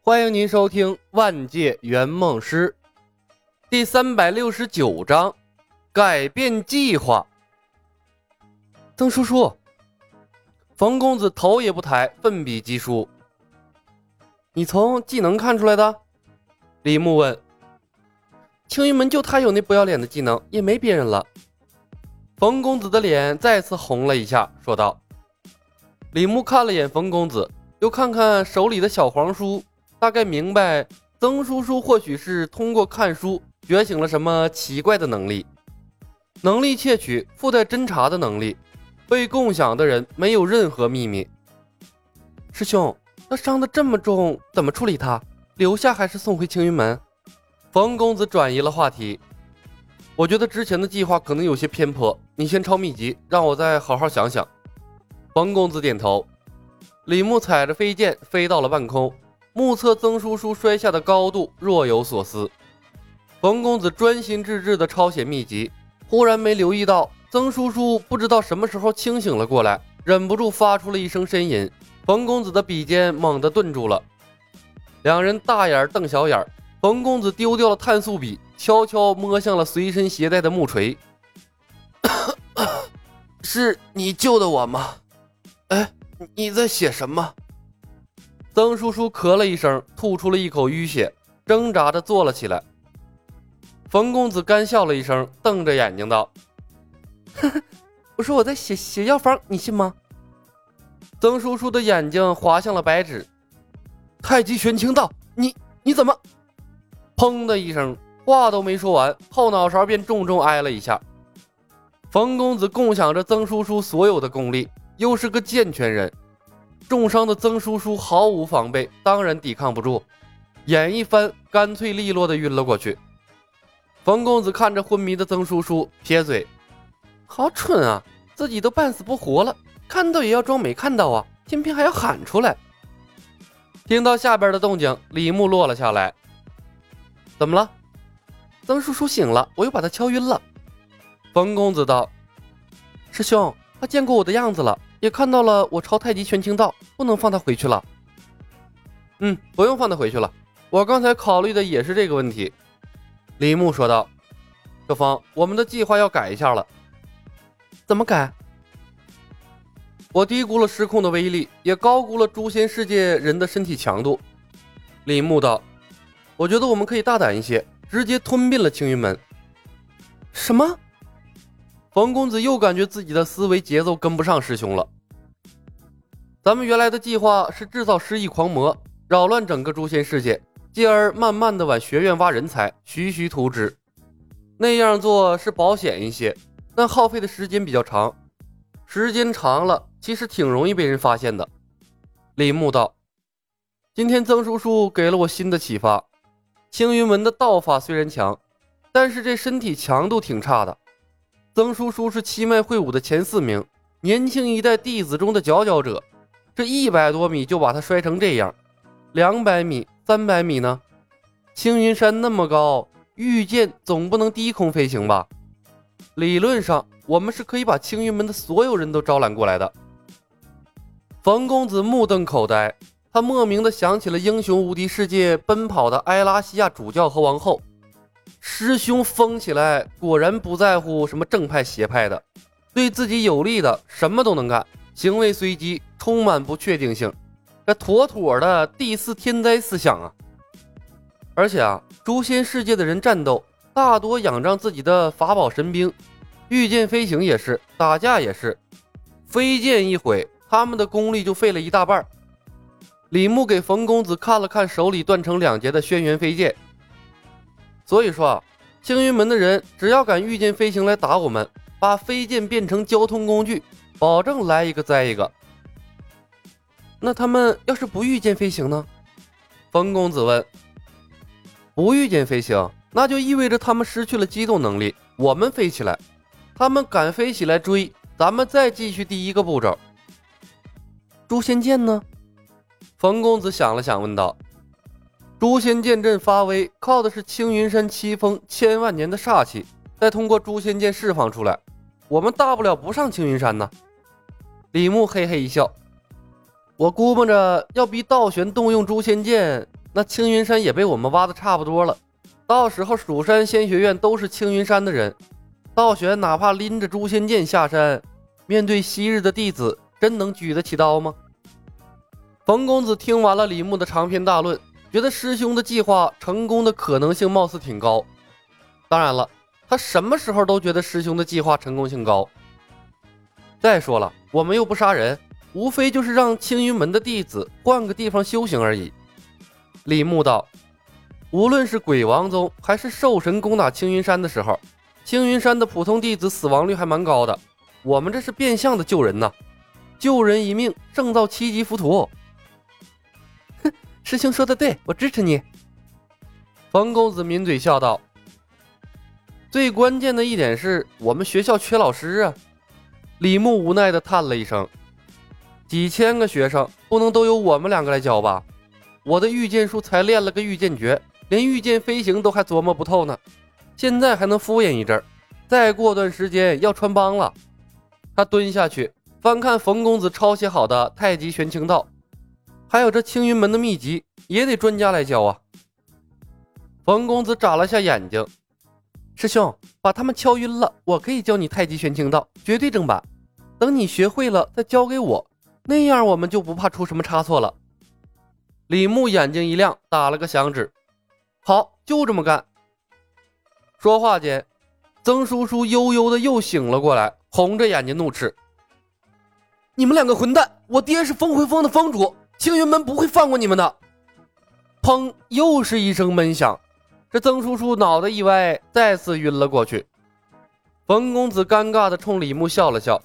欢迎您收听《万界圆梦师》第369章改变计划。曾叔叔，冯公子头也不抬，奋笔疾书。你从技能看出来的？李牧问。青云门就他有那不要脸的技能，也没别人了。冯公子的脸再次红了一下，说道。李牧看了眼冯公子，又看看手里的小黄书，大概明白曾叔叔或许是通过看书觉醒了什么奇怪的能力，能力窃取附带侦查的能力，被共享的人没有任何秘密。师兄，他伤得这么重，怎么处理他？留下还是送回青云门？冯公子转移了话题。我觉得之前的计划可能有些偏颇，你先抄秘籍，让我再好好想想。冯公子点头。李牧踩着飞剑飞到了半空，目测曾叔叔摔下的高度，若有所思。冯公子专心致志地抄写秘籍，忽然没留意到曾叔叔不知道什么时候清醒了过来，忍不住发出了一声呻吟。冯公子的笔尖猛地顿住了，两人大眼瞪小眼。冯公子丢掉了碳素笔，悄悄摸向了随身携带的木锤。是你救的我吗？哎，你在写什么？曾叔叔咳了一声，吐出了一口淤血，挣扎着坐了起来。冯公子干笑了一声，瞪着眼睛道：我说我在写药方，你信吗？曾叔叔的眼睛滑向了白纸。太极玄清道，你怎么？砰的一声，话都没说完，后脑勺便重重挨了一下。冯公子共享着曾叔叔所有的功力，又是个健全人，重伤的曾叔叔毫无防备，当然抵抗不住，眼一翻，干脆利落地晕了过去。冯公子看着昏迷的曾叔叔，撇嘴：好蠢啊，自己都半死不活了，看到也要装没看到啊，偏偏还要喊出来。听到下边的动静，李牧落了下来。怎么了？曾叔叔醒了，我又把他敲晕了。冯公子道：师兄，他见过我的样子了，也看到了我抄太极玄清道，不能放他回去了。不用放他回去了，我刚才考虑的也是这个问题。李牧说道。小芳，我们的计划要改一下了。怎么改？我低估了失控的威力，也高估了诛仙世界人的身体强度。李牧道：我觉得我们可以大胆一些，直接吞并了青云门。什么？冯公子又感觉自己的思维节奏跟不上师兄了。咱们原来的计划是制造失忆狂魔，扰乱整个诛仙世界，继而慢慢的往学院挖人才，徐徐图之。那样做是保险一些，但耗费的时间比较长，时间长了其实挺容易被人发现的。李牧道：今天曾叔叔给了我新的启发，青云门的道法虽然强，但是这身体强度挺差的。曾叔叔是七脉会武的前4名，年轻一代弟子中的佼佼者，这100多米就把他摔成这样，200米、300米呢？青云山那么高，御剑总不能低空飞行吧？理论上我们是可以把青云门的所有人都招揽过来的。冯公子目瞪口呆，他莫名的想起了英雄无敌世界奔跑的埃拉西亚主教和王后。师兄疯起来果然不在乎什么正派邪派的，对自己有利的什么都能干，行为随机，充满不确定性，这妥妥的第4天灾思想啊！而且诛仙世界的人战斗大多仰仗自己的法宝神兵，御剑飞行也是，打架也是，飞剑一毁，他们的功力就废了一大半。李牧给冯公子看了看手里断成2截的轩辕飞剑。所以说青云门的人只要敢御剑飞行来打我们，把飞剑变成交通工具，保证来一个栽一个。那他们要是不御剑飞行呢？冯公子问。不御剑飞行，那就意味着他们失去了机动能力，我们飞起来，他们敢飞起来追，咱们再继续第1个步骤。诛仙剑呢？冯公子想了想问道。诛仙剑阵发威，靠的是青云山七峰千万年的煞气，再通过诛仙剑释放出来，我们大不了不上青云山呢。李牧嘿嘿一笑，我估摸着要逼道玄动用诛仙剑， 那青云山也被我们挖的差不多了，到时候蜀山仙学院都是青云山的人，道玄哪怕拎着诛仙剑下山，面对昔日的弟子，真能举得起刀吗？冯公子听完了李牧的长篇大论，觉得师兄的计划成功的可能性貌似挺高。当然了，他什么时候都觉得师兄的计划成功性高。再说了，我们又不杀人，无非就是让青云门的弟子换个地方修行而已。李牧道，无论是鬼王宗还是兽神攻打青云山的时候，青云山的普通弟子死亡率还蛮高的，我们这是变相的救人呐，救人一命胜造7级浮屠。哼，师兄说的对，我支持你。冯公子抿嘴笑道，最关键的一点是我们学校缺老师啊。李牧无奈地叹了一声，几千个学生不能都由我们2个来教吧？我的御剑术才练了个御剑诀，连御剑飞行都还琢磨不透呢，现在还能敷衍一阵，再过段时间要穿帮了。他蹲下去翻看冯公子抄写好的太极玄清道，还有这青云门的秘籍，也得专家来教啊。冯公子眨了下眼睛，师兄，把他们敲晕了，我可以教你太极玄清道，绝对正版。等你学会了再交给我，那样我们就不怕出什么差错了。李牧眼睛一亮，打了个响指，好，就这么干。说话间，曾叔叔悠悠的又醒了过来，红着眼睛怒斥，你们2个混蛋，我爹是风回峰的峰主，青云门不会放过你们的。砰，又是一声闷响，这曾叔叔脑袋一歪，再次晕了过去。冯公子尴尬地冲李牧笑了笑，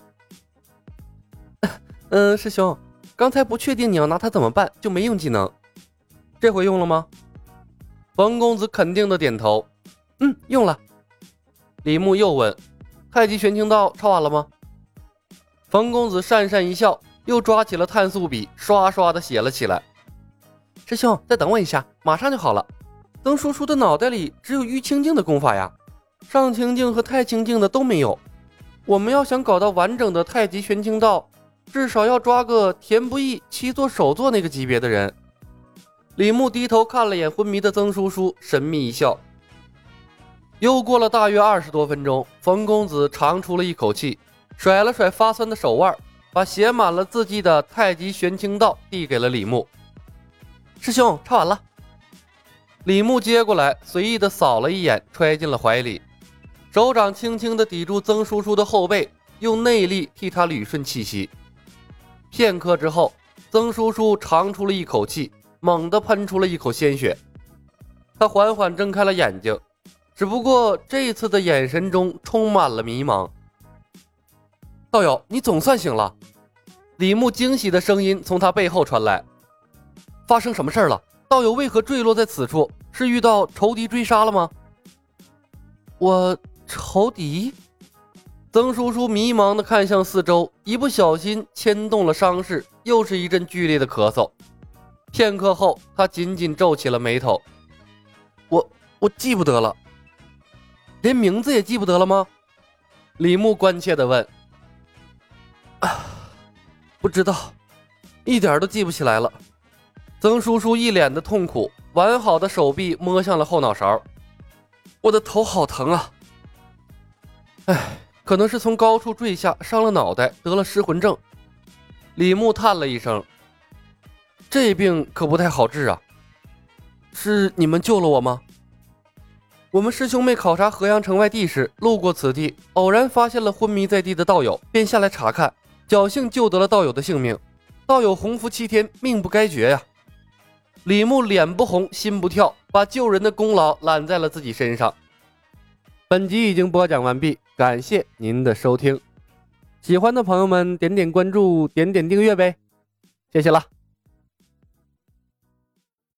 师兄，刚才不确定你要拿他怎么办，就没用技能，这回用了吗？冯公子肯定的点头，用了。李牧又问，太极玄清道抄完了吗？冯公子讪讪一笑，又抓起了碳素笔，刷刷的写了起来。师兄，再等我一下，马上就好了。曾叔叔的脑袋里只有玉清净的功法呀，上清净和太清净的都没有。我们要想搞到完整的太极玄清道，至少要抓个田不易7座首座那个级别的人。李牧低头看了眼昏迷的曾叔叔，神秘一笑。又过了大约20多分钟，冯公子长出了一口气，甩了甩发酸的手腕，把写满了字迹的太极玄清道递给了李牧。师兄，抄完了。李牧接过来，随意的扫了一眼，揣进了怀里，手掌轻轻地抵住曾叔叔的后背，用内力替他捋顺气息。片刻之后，曾叔叔长出了一口气，猛地喷出了一口鲜血。他缓缓睁开了眼睛，只不过这次的眼神中充满了迷茫。道友，你总算醒了。李牧惊喜的声音从他背后传来。发生什么事了？道友为何坠落在此处？是遇到仇敌追杀了吗？我仇敌？曾叔叔迷茫地看向四周，一不小心牵动了伤势，又是一阵剧烈的咳嗽。片刻后，他紧紧皱起了眉头。我记不得了。连名字也记不得了吗？李牧关切地问。不知道，一点都记不起来了。曾叔叔一脸的痛苦，完好的手臂摸向了后脑勺。我的头好疼啊！可能是从高处坠下，伤了脑袋，得了失魂症。李牧叹了一声，这病可不太好治啊。是你们救了我吗？我们师兄妹考察河阳城外地时，路过此地，偶然发现了昏迷在地的道友，便下来查看，侥幸救得了道友的性命。道友鸿福7天，命不该绝呀。李牧脸不红心不跳，把救人的功劳揽在了自己身上。本集已经播讲完毕，感谢您的收听。喜欢的朋友们点点关注，点点订阅呗，谢谢了。